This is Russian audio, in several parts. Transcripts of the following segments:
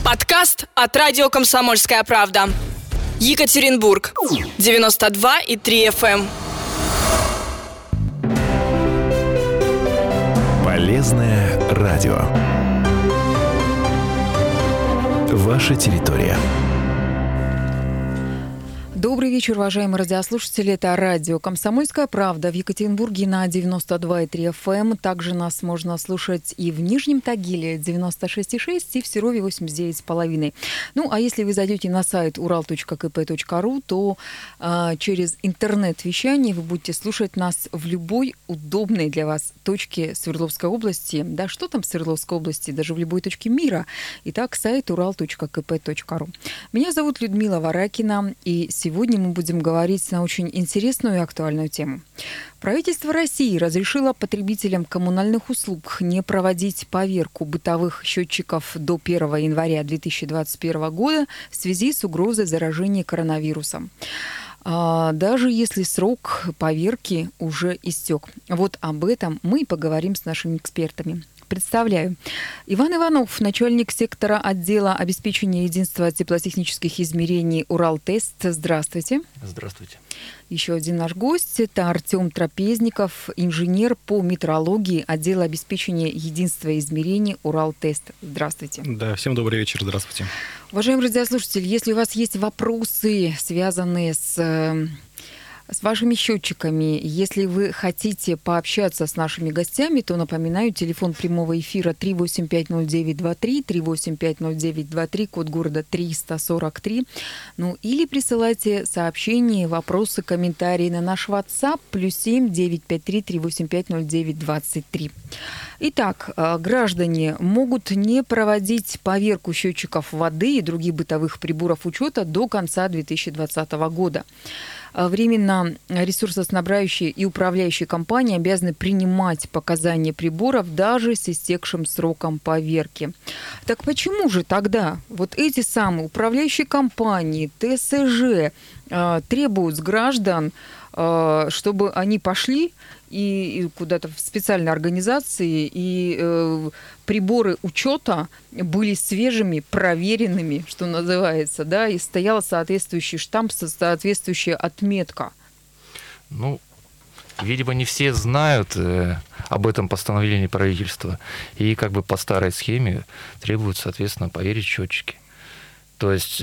Подкаст от радио «Комсомольская правда». Екатеринбург, 92,3 FM. Полезное радио. Ваша территория. Добрый вечер, уважаемые радиослушатели. Это радио «Комсомольская правда» в Екатеринбурге на 92,3 FM. Также нас можно слушать и в Нижнем Тагиле 96,6 и в Серове 89,5. Ну, а если вы зайдете на сайт ural.kp.ru, то через интернет-вещание вы будете слушать нас в любой удобной для вас точке Свердловской области. Да что там в Свердловской области? Даже в любой точке мира. Итак, сайт ural.kp.ru. Меня зовут Людмила Варакина, и сегодня мы будем говорить на очень интересную и актуальную тему. Правительство России разрешило потребителям коммунальных услуг не проводить поверку бытовых счетчиков до 1 января 2021 года в связи с угрозой заражения коронавирусом, даже если срок поверки уже истек. Вот об этом мы и поговорим с нашими экспертами. Представляю. Иван Иванов, начальник сектора отдела обеспечения единства теплотехнических измерений «Уралтест». Здравствуйте. Здравствуйте. Еще один наш гость – это Артем Трапезников, инженер по метрологии отдела обеспечения единства измерений «Уралтест». Здравствуйте. Да, всем добрый вечер. Здравствуйте. Уважаемые радиослушатели, если у вас есть вопросы, связанные с вашими счетчиками. Если вы хотите пообщаться с нашими гостями, то, напоминаю, телефон прямого эфира 3850923, 3850923, код города 343. Ну, или присылайте сообщения, вопросы, комментарии на наш WhatsApp +7 953 385 0923. Итак, граждане могут не проводить поверку счетчиков воды и других бытовых приборов учета до конца 2020 года. Временно ресурсоснабжающие и управляющие компании обязаны принимать показания приборов даже с истекшим сроком поверки. Так почему же тогда вот эти самые управляющие компании, ТСЖ требуют с граждан, чтобы они пошли и куда-то в специальные организации, и приборы учета были свежими, проверенными, что называется, да, и стоял соответствующий штамп, соответствующая отметка? Ну, видимо, не все знают об этом постановлении правительства, и как бы по старой схеме требуют, соответственно, поверить счетчики. То есть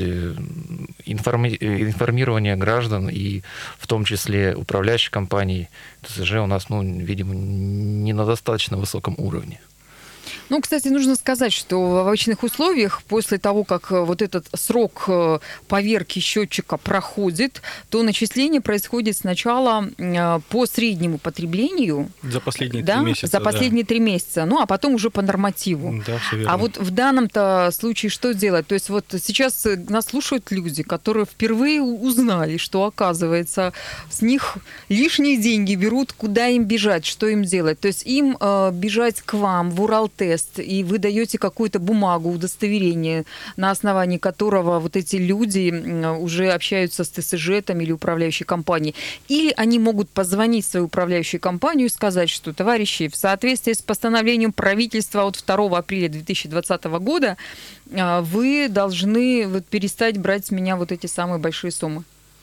информирование граждан, и в том числе управляющих компаний, ТСЖ у нас, видимо, не на достаточно высоком уровне. Ну, кстати, нужно сказать, что в обычных условиях, после того, как вот этот срок поверки счетчика проходит, то начисление происходит сначала по среднему потреблению. За последние 3 месяца. За последние 3 месяца. Ну, а потом уже по нормативу. Да, все верно. А вот в данном-то случае что делать? То есть вот сейчас нас слушают люди, которые впервые узнали, что, оказывается, с них лишние деньги берут, куда им бежать, что им делать. То есть им бежать к вам в Уралтест, и вы даете какую-то бумагу, удостоверение, на основании которого вот эти люди уже общаются с ТСЖ там, или управляющей компанией. Или они могут позвонить в свою управляющую компанию и сказать, что, товарищи, в соответствии с постановлением правительства от 2 апреля 2020 года вы должны перестать брать с меня вот эти самые большие суммы.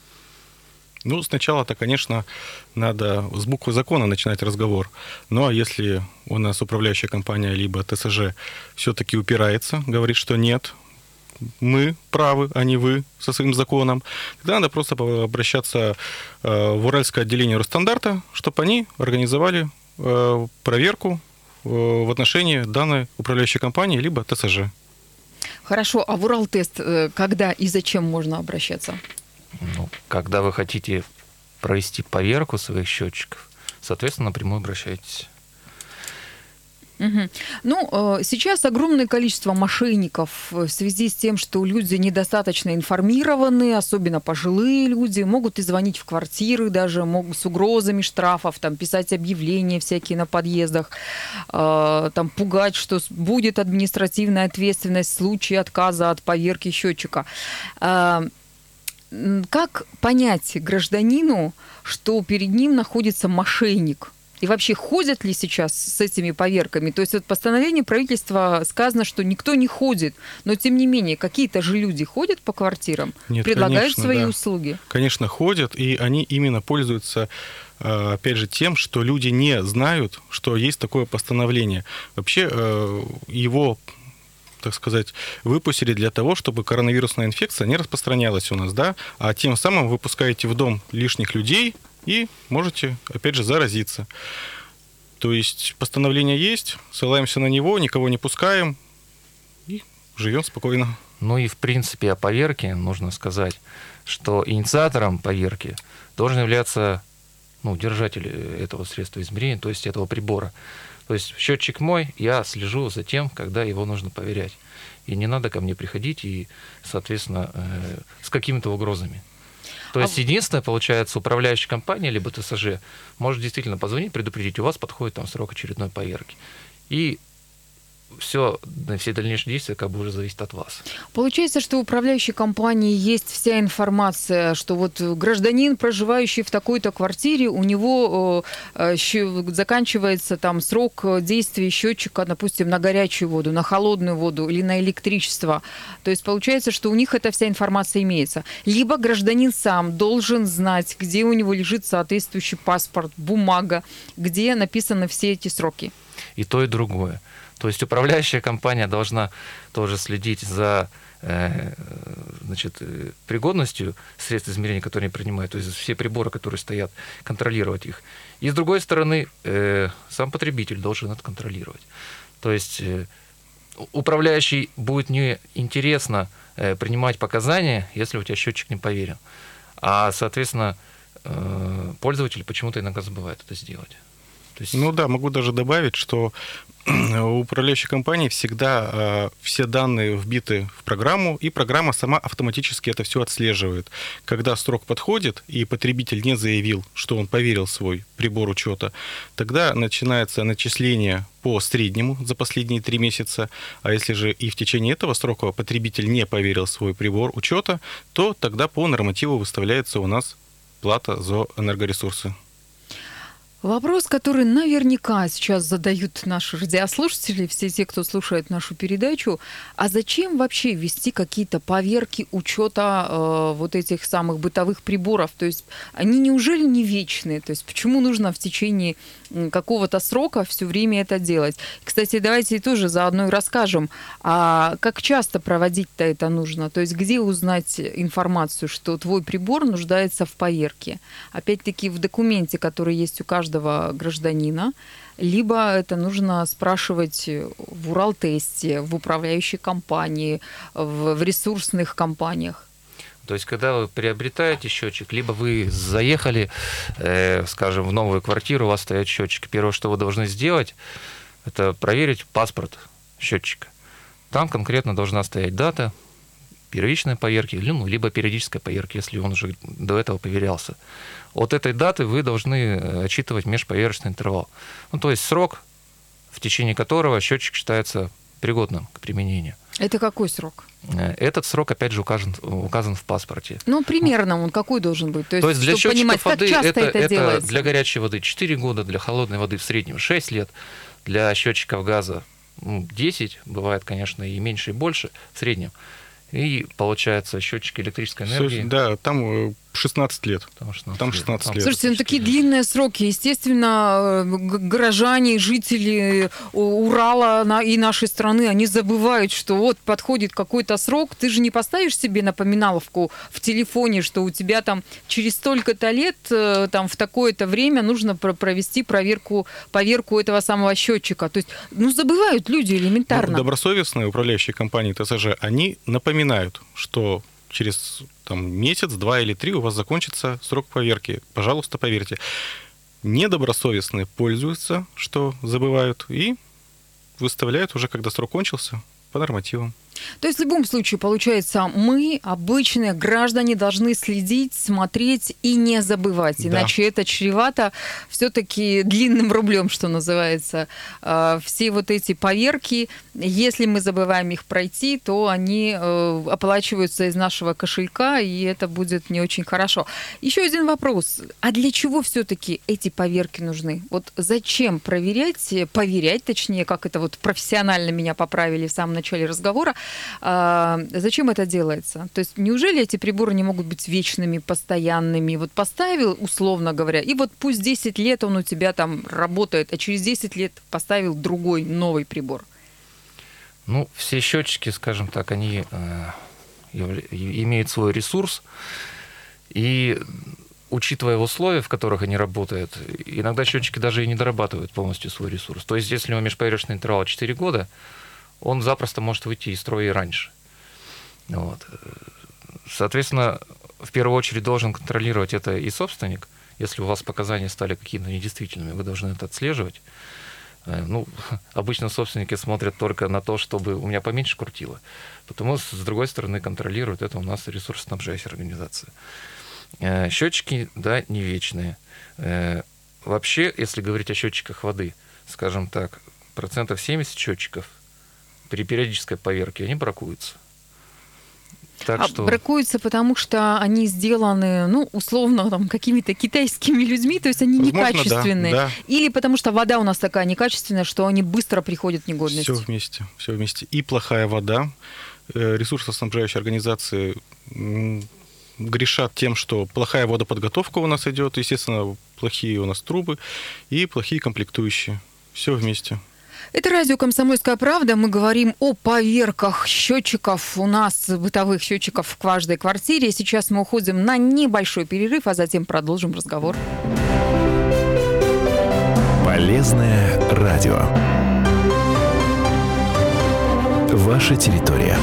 Ну, сначала-то, конечно, надо с буквы закона начинать разговор. Ну, а если у нас управляющая компания либо ТСЖ все-таки упирается, говорит, что нет, мы правы, а не вы со своим законом, тогда надо просто обращаться в Уральское отделение Росстандарта, чтобы они организовали проверку в отношении данной управляющей компании либо ТСЖ. Хорошо, а в Уралтест когда и зачем можно обращаться? Когда вы хотите провести поверку своих счетчиков, соответственно, напрямую обращайтесь. Угу. Ну, сейчас огромное количество мошенников в связи с тем, что люди недостаточно информированы, особенно пожилые люди, могут и звонить в квартиры даже, могут с угрозами штрафов, там, писать объявления всякие на подъездах, там, пугать, что будет административная ответственность в случае отказа от поверки счетчика. Как понять гражданину, что перед ним находится мошенник? И вообще, ходят ли сейчас с этими поверками? То есть вот в постановлении правительства сказано, что никто не ходит, но тем не менее, какие-то же люди ходят по квартирам, Нет, предлагают конечно, свои да. услуги. Конечно, ходят, и они именно пользуются, опять же, тем, что люди не знают, что есть такое постановление. Вообще его, так сказать, выпустили для того, чтобы коронавирусная инфекция не распространялась у нас, да, а тем самым вы пускаете в дом лишних людей и можете, опять же, заразиться. То есть постановление есть, ссылаемся на него, никого не пускаем и живем спокойно. Ну и в принципе о поверке нужно сказать, что инициатором поверки должен являться держатель этого средства измерения, то есть этого прибора. То есть счетчик мой, я слежу за тем, когда его нужно проверять. И не надо ко мне приходить и, соответственно, с какими-то угрозами. То есть единственное, получается, управляющая компания, либо ТСЖ, может действительно позвонить, предупредить, у вас подходит там срок очередной поверки. И все дальнейшие действия как бы уже зависят от вас. Получается, что в управляющей компании есть вся информация, что вот гражданин, проживающий в такой-то квартире, у него заканчивается там срок действия счетчика, допустим, на горячую воду, на холодную воду или на электричество. То есть получается, что у них эта вся информация имеется. Либо гражданин сам должен знать, где у него лежит соответствующий паспорт, бумага, где написаны все эти сроки. И то, и другое. То есть управляющая компания должна тоже следить за пригодностью средств измерения, которые они принимают, то есть все приборы, которые стоят, контролировать их. И с другой стороны, сам потребитель должен это контролировать. То есть управляющий будет неинтересно принимать показания, если у тебя счетчик не поверен. А, соответственно, пользователь почему-то иногда забывает это сделать. Ну да, могу даже добавить, что у управляющей компании всегда все данные вбиты в программу, и программа сама автоматически это все отслеживает. Когда срок подходит, и потребитель не заявил, что он поверил в свой прибор учета, тогда начинается начисление по среднему за последние 3 месяца, а если же и в течение этого срока потребитель не поверил в свой прибор учета, то тогда по нормативу выставляется у нас плата за энергоресурсы. Вопрос, который наверняка сейчас задают наши радиослушатели, все те, кто слушает нашу передачу, а зачем вообще вести какие-то поверки учета вот этих самых бытовых приборов? То есть они неужели не вечные? То есть почему нужно в течение какого-то срока все время это делать? Кстати, давайте тоже заодно и расскажем, а как часто проводить-то это нужно? То есть где узнать информацию, что твой прибор нуждается в поверке? Опять-таки в документе, который есть у каждого гражданина, либо это нужно спрашивать в Уралтесте, в управляющей компании, в ресурсных компаниях. То есть, когда вы приобретаете счетчик, либо вы заехали, скажем, в новую квартиру, у вас стоят счетчики. Первое, что вы должны сделать, это проверить паспорт счетчика. Там конкретно должна стоять дата первичной поверки, либо периодической поверки, если он уже до этого поверялся. От этой даты вы должны отчитывать межповерочный интервал. То есть срок, в течение которого счетчик считается пригодным к применению. Это какой срок? Этот срок, опять же, указан в паспорте. Примерно он какой должен быть? То есть для счетчиков воды это делается? Для горячей воды 4 года, для холодной воды в среднем 6 лет, для счетчиков газа 10, бывает, конечно, и меньше, и больше в среднем. И получается счетчики электрической энергии. Да, там 16 лет. Там 16 лет. Слушайте, такие длинные сроки. Естественно, горожане, жители Урала и нашей страны, они забывают, что вот подходит какой-то срок. Ты же не поставишь себе напоминаловку в телефоне, что у тебя там через столько-то лет, там в такое-то время нужно провести поверку этого самого счетчика. То есть, забывают люди элементарно. Добросовестные управляющие компании ТСЖ, они напоминают, что через месяц, 2 или 3 у вас закончится срок поверки. Пожалуйста, поверьте. Недобросовестные пользуются, что забывают, и выставляют уже, когда срок кончился, по нормативам. То есть в любом случае, получается, мы, обычные граждане, должны следить, смотреть и не забывать. Да. Иначе это чревато все-таки длинным рублем, что называется. Все вот эти поверки, если мы забываем их пройти, то они оплачиваются из нашего кошелька, и это будет не очень хорошо. Еще один вопрос. А для чего все-таки эти поверки нужны? Вот зачем поверять, точнее, как это вот профессионально меня поправили в самом начале разговора, зачем это делается? То есть неужели эти приборы не могут быть вечными, постоянными? Вот поставил, условно говоря, и вот пусть 10 лет он у тебя там работает, а через 10 лет поставил другой, новый прибор. Ну, все счетчики, скажем так, они имеют свой ресурс, и учитывая условия, в которых они работают, иногда счетчики даже и не дорабатывают полностью свой ресурс. То есть, если у него межповерочный интервал 4 года, он запросто может выйти из строя и раньше. Вот. Соответственно, в первую очередь должен контролировать это и собственник. Если у вас показания стали какими-то недействительными, вы должны это отслеживать. Ну, обычно собственники смотрят только на то, чтобы у меня поменьше крутило. Потому что, с другой стороны, контролируют это у нас ресурсоснабжающая организация. Счетчики, да, не вечные. Вообще, если говорить о счетчиках воды, скажем так, 70% счетчиков при периодической поверке, они бракуются. Так что... Бракуются, потому что они сделаны, ну, условно, там, какими-то китайскими людьми, то есть они некачественные. Да. Или потому что вода у нас такая некачественная, что они быстро приходят в негодность. Все вместе. И плохая вода. Ресурсоснабжающие организации грешат тем, что плохая водоподготовка у нас идет, естественно, плохие у нас трубы и плохие комплектующие. Все вместе. Это радио «Комсомольская правда». Мы говорим о поверках счетчиков. У нас бытовых счетчиков в каждой квартире. Сейчас мы уходим на небольшой перерыв, а затем продолжим разговор. Полезное радио. Ваша территория.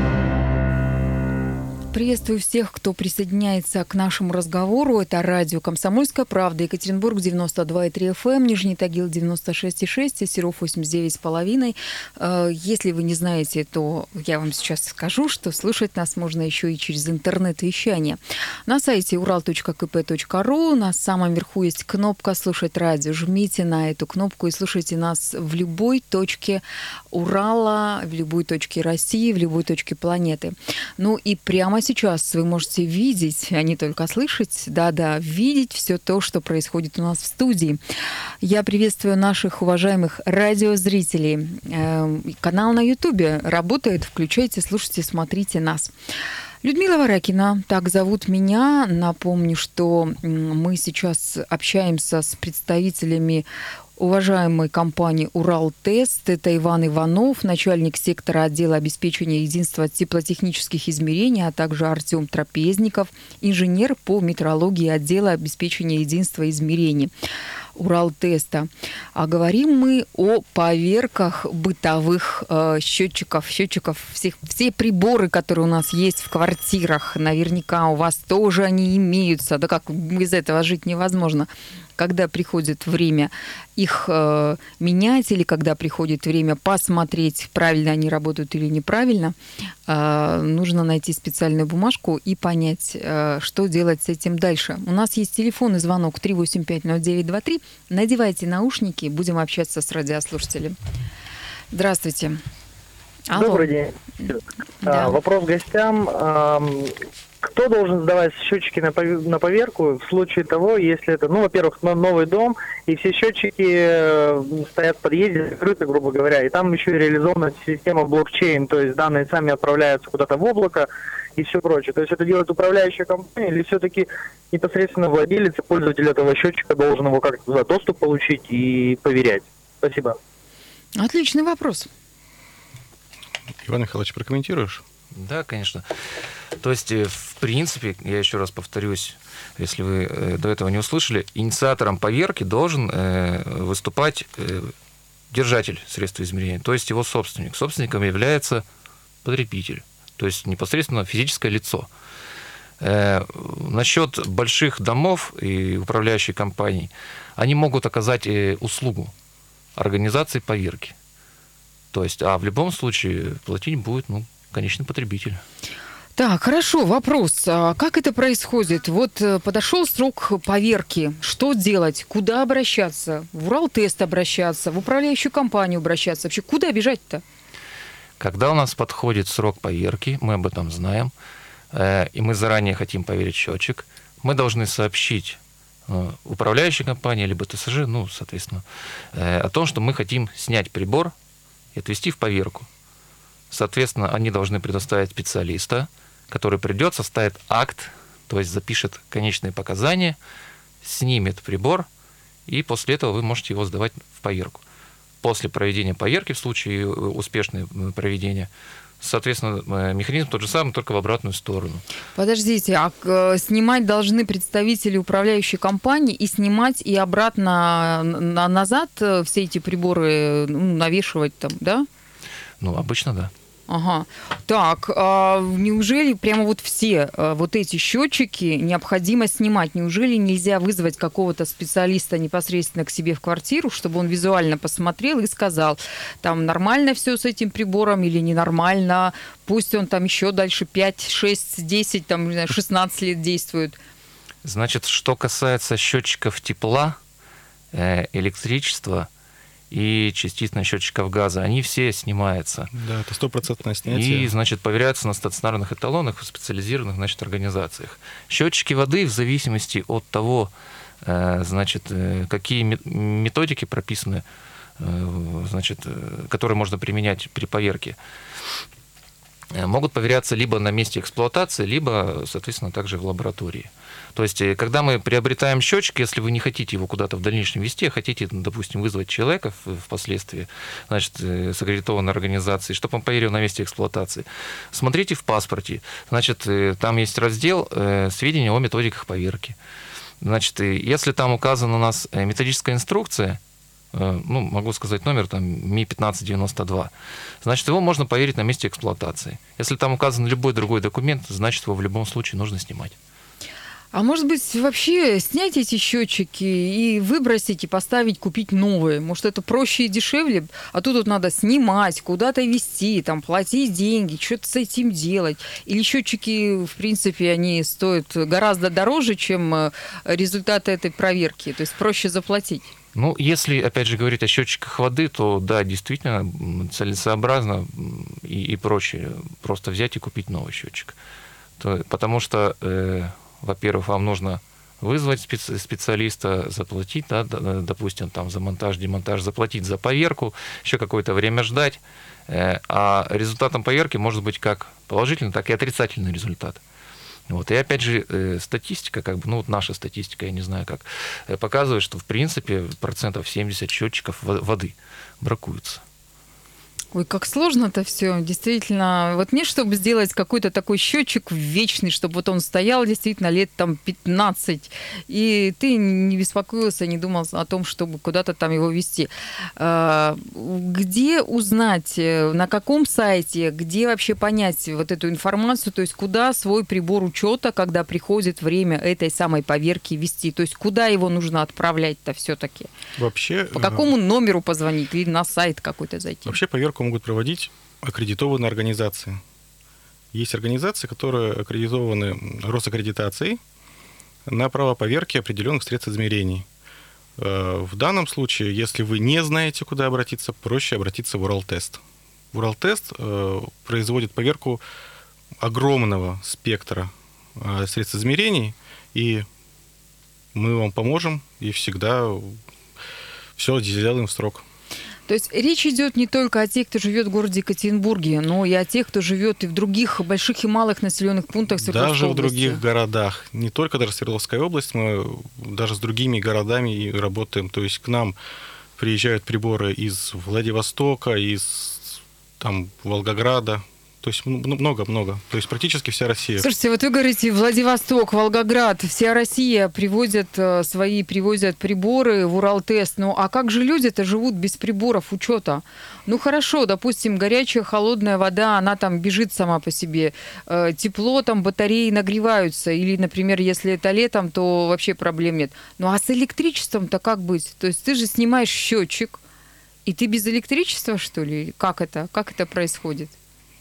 Приветствую всех, кто присоединяется к нашему разговору. Это радио «Комсомольская правда», Екатеринбург 92,3 FM, Нижний Тагил 96,6, Серов 89,5. Если вы не знаете, то я вам сейчас скажу, что слушать нас можно еще и через интернет-вещание. На сайте ural.kp.ru на самом верху есть кнопка «Слушать радио». Жмите на эту кнопку и слушайте нас в любой точке Урала, в любой точке России, в любой точке планеты. Ну и прямо сейчас вы можете видеть, а не только слышать, видеть все то, что происходит у нас в студии. Я приветствую наших уважаемых радиозрителей. Канал на Ютубе работает, включайте, слушайте, смотрите нас. Людмила Варакина, так зовут меня. Напомню, что мы сейчас общаемся с представителями уважаемой компании «Уралтест». Это Иван Иванов, начальник сектора отдела обеспечения единства теплотехнических измерений, а также Артем Трапезников, инженер по метрологии отдела обеспечения единства измерений Уралтеста. А говорим мы о поверках бытовых счетчиков. Все приборы, которые у нас есть в квартирах, наверняка у вас тоже они имеются. Да как без этого жить невозможно. Когда приходит время их менять или когда приходит время посмотреть, правильно они работают или неправильно, нужно найти специальную бумажку и понять, что делать с этим дальше. У нас есть телефон и звонок 3850923. Надевайте наушники, будем общаться с радиослушателем. Здравствуйте. Алло. Добрый день. Да. Вопрос гостям. Кто должен сдавать счетчики на поверку в случае того, если это, во-первых, новый дом, и все счетчики стоят в подъезде, закрыты, грубо говоря, и там еще и реализована система блокчейн, то есть данные сами отправляются куда-то в облако и все прочее. То есть это делает управляющая компания, или все-таки непосредственно владелец и пользователь этого счетчика должен его как-то туда доступ получить и проверять? Спасибо. Отличный вопрос. Иван Михайлович, прокомментируешь? Да, конечно. То есть, в принципе, я еще раз повторюсь, если вы до этого не услышали, инициатором поверки должен выступать держатель средства измерения, то есть его собственник. Собственником является потребитель, то есть непосредственно физическое лицо. Насчет больших домов и управляющих компаний, они могут оказать услугу организации поверки. То есть, а в любом случае платить будет конечный потребитель. Так, хорошо, вопрос. А как это происходит? Вот подошел срок поверки. Что делать? Куда обращаться? В Уралтест обращаться? В управляющую компанию обращаться? Вообще, куда бежать-то? Когда у нас подходит срок поверки, мы об этом знаем, и мы заранее хотим поверить счетчик, мы должны сообщить управляющей компании, либо ТСЖ, соответственно, о том, что мы хотим снять прибор и отвести в поверку. Соответственно, они должны предоставить специалиста, который придет, составит акт, то есть запишет конечные показания, снимет прибор, и после этого вы можете его сдавать в поверку. После проведения поверки, в случае успешного проведения, соответственно, механизм тот же самый, только в обратную сторону. Подождите, а снимать должны представители управляющей компании и снимать и обратно назад все эти приборы навешивать там, да? Обычно да. Ага. Так, а неужели прямо вот все вот эти счетчики необходимо снимать? Неужели нельзя вызвать какого-то специалиста непосредственно к себе в квартиру, чтобы он визуально посмотрел и сказал, там нормально все с этим прибором или ненормально, пусть он там еще дальше 5, 6, 10, там, не знаю, 16 лет действует? Значит, что касается счетчиков тепла, электричества и частично счетчиков газа, они все снимаются. Да, это 100% снятие. И, значит, проверяются на стационарных эталонах в специализированных, значит, организациях. Счетчики воды, в зависимости от того, значит, какие методики прописаны, значит, которые можно применять при поверке, могут проверяться либо на месте эксплуатации, либо, соответственно, также в лаборатории. То есть, когда мы приобретаем счетчик, если вы не хотите его куда-то в дальнейшем вести, а хотите, допустим, вызвать человека впоследствии, значит, с аккредитованной организацией, чтобы он поверил на месте эксплуатации, смотрите в паспорте. Значит, там есть раздел «Сведения о методиках поверки». Значит, если там указана у нас методическая инструкция, могу сказать номер, там, Ми-1592, значит, его можно поверить на месте эксплуатации. Если там указан любой другой документ, значит, его в любом случае нужно снимать. А может быть, вообще снять эти счетчики и выбросить, и поставить, купить новые? Может, это проще и дешевле? А тут вот надо снимать, куда-то везти, там, платить деньги, что-то с этим делать. Или счетчики, в принципе, они стоят гораздо дороже, чем результаты этой проверки. То есть проще заплатить. Если, опять же, говорить о счетчиках воды, то, да, действительно, целесообразно и проще просто взять и купить новый счетчик. Потому что, во-первых, вам нужно вызвать специалиста, заплатить, да, допустим, там, за монтаж, демонтаж, заплатить за поверку, еще какое-то время ждать. А результатом поверки может быть как положительный, так и отрицательный результат. И опять же, статистика, наша статистика, я не знаю как, показывает, что в принципе 70% счетчиков воды бракуются. Ой, как сложно-то все, действительно. Вот мне, чтобы сделать какой-то такой счетчик вечный, чтобы вот он стоял действительно лет там 15, и ты не беспокоился, не думал о том, чтобы куда-то там его везти. Где узнать, на каком сайте, где вообще понять вот эту информацию, то есть куда свой прибор учета, когда приходит время этой самой поверки, вести, то есть куда его нужно отправлять-то все-таки? Вообще, по какому номеру позвонить или на сайт какой-то зайти? Вообще поверку могут проводить аккредитованные организации. Есть организации, которые аккредитованы Росаккредитацией на право поверки определенных средств измерений. В данном случае, если вы не знаете, куда обратиться, проще обратиться в Уралтест. Уралтест производит поверку огромного спектра средств измерений, и мы вам поможем, и всегда все сделаем в срок. То есть речь идет не только о тех, кто живет в городе Екатеринбурге, но и о тех, кто живет и в других больших и малых населенных пунктах Свердловской области. Даже в других городах. Не только даже Свердловская область, мы даже с другими городами и работаем. То есть к нам приезжают приборы из Владивостока, из Волгограда. То есть много-много. То есть практически вся Россия. Слушайте, вот вы говорите, Владивосток, Волгоград, вся Россия привозят приборы в Уралтест. А как же люди-то живут без приборов учета? Хорошо, допустим, горячая, холодная вода, она там бежит сама по себе. Тепло, там батареи нагреваются. Или, например, если это летом, то вообще проблем нет. А с электричеством-то как быть? То есть ты же снимаешь счетчик, и ты без электричества, что ли? Как это происходит?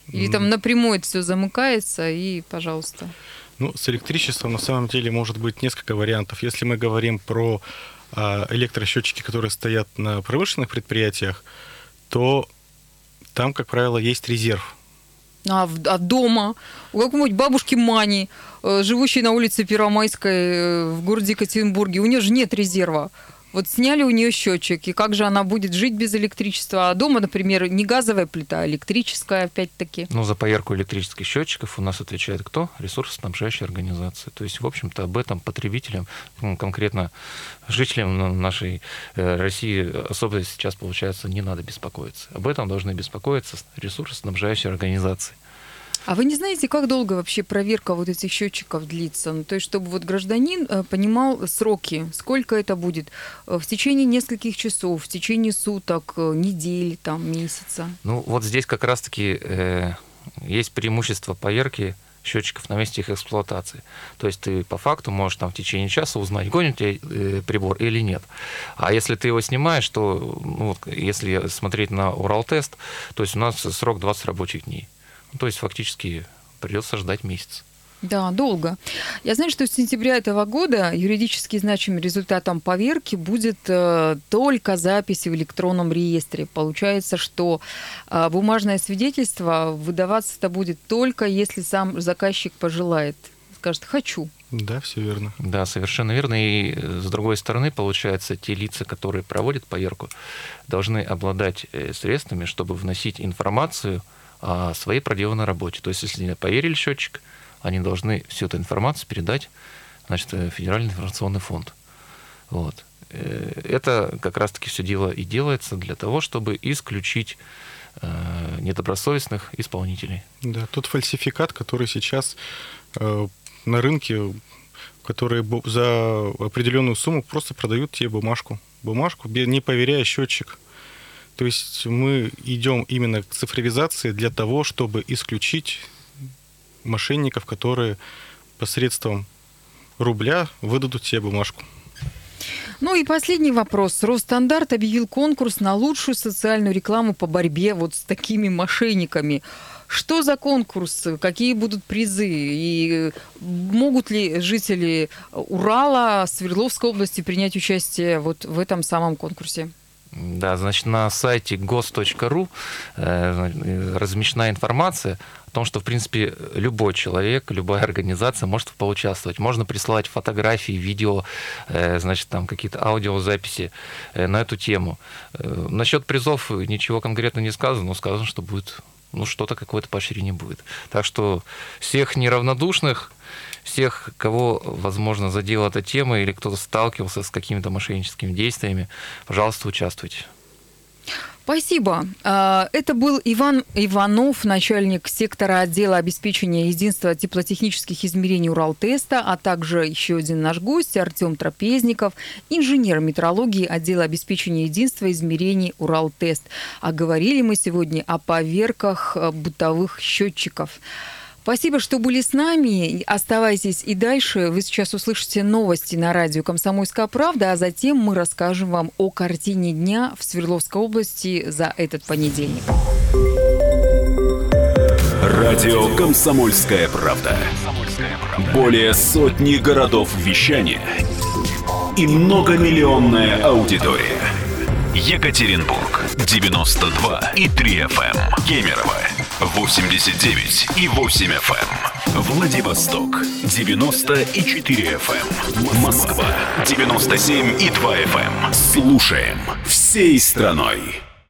Или там напрямую это все замыкается и, пожалуйста. Ну, с электричеством на самом деле может быть несколько вариантов. Если мы говорим про электросчетчики, которые стоят на промышленных предприятиях, то там, как правило, есть резерв. А дома у какой-нибудь бабушки Мани, живущей на улице Первомайской в городе Екатеринбурге, у нее же нет резерва. Вот сняли у нее счетчик, и как же она будет жить без электричества? А дома, например, не газовая плита, а электрическая, опять-таки. Ну, за поярку электрических счетчиков у нас отвечает кто? Ресурсоснабжающая организация. То есть, в общем-то, об этом потребителям, конкретно жителям нашей России особо сейчас, получается, не надо беспокоиться. Об этом должны беспокоиться ресурсоснабжающие организации. А вы не знаете, как долго вообще проверка вот этих счетчиков длится? Ну, то есть, чтобы вот гражданин понимал сроки, сколько это будет в течение нескольких часов, в течение суток, недель, там, месяца? Ну, вот здесь как раз-таки есть преимущество поверки счетчиков на месте их эксплуатации. То есть ты по факту можешь там в течение часа узнать, гонит у тебя прибор или нет. А если ты его снимаешь, то, ну, если смотреть на Уралтест, то есть у нас срок 20 рабочих дней. То есть фактически придется ждать месяц. Да, долго. Я знаю, что с сентября этого года юридически значимым результатом поверки будет только запись в электронном реестре. Получается, что бумажное свидетельство выдаваться-то будет только если сам заказчик пожелает. Скажет «хочу». Да, все верно. Да, совершенно верно. И с другой стороны, получается, те лица, которые проводят поверку, должны обладать средствами, чтобы вносить информацию о своей проделанной работе. То есть, если поверили счетчик, они должны всю эту информацию передать, значит, в Федеральный информационный фонд. Вот. Это как раз-таки все дело и делается для того, чтобы исключить недобросовестных исполнителей. Да, тот фальсификат, который сейчас на рынке, которые за определенную сумму просто продают тебе бумажку, не проверяя счетчик. То есть мы идем именно к цифровизации для того, чтобы исключить мошенников, которые посредством рубля выдадут тебе бумажку. Ну и последний вопрос. Росстандарт объявил конкурс на лучшую социальную рекламу по борьбе вот с такими мошенниками. Что за конкурс? Какие будут призы? И могут ли жители Урала, Свердловской области принять участие вот в этом самом конкурсе? Да, значит, на сайте gos.ru размещена информация о том, что, в принципе, любой человек, любая организация может поучаствовать. Можно присылать фотографии, видео, значит, там какие-то аудиозаписи на эту тему. Насчет призов ничего конкретно не сказано, но сказано, что будет, ну, что-то, какое-то поощрение будет. Так что всех неравнодушных, всех, кого, возможно, задела эта тема или кто-то сталкивался с какими-то мошенническими действиями, пожалуйста, участвуйте. Спасибо. Это был Иван Иванов, начальник сектора отдела обеспечения единства теплотехнических измерений Уралтеста, а также еще один наш гость Артем Трапезников, инженер метрологии отдела обеспечения единства измерений Уралтест. А говорили мы сегодня о поверках бытовых счетчиков. Спасибо, что были с нами. Оставайтесь и дальше. Вы сейчас услышите новости на радио «Комсомольская правда», а затем мы расскажем вам о картине дня в Свердловской области за этот понедельник. Радио «Комсомольская правда». Более сотни городов вещания и многомиллионная аудитория. Екатеринбург 92,3 FM. Кемерово 89,8 FM. Владивосток 90,4 FM. Москва 97,2 FM. Слушаем всей страной.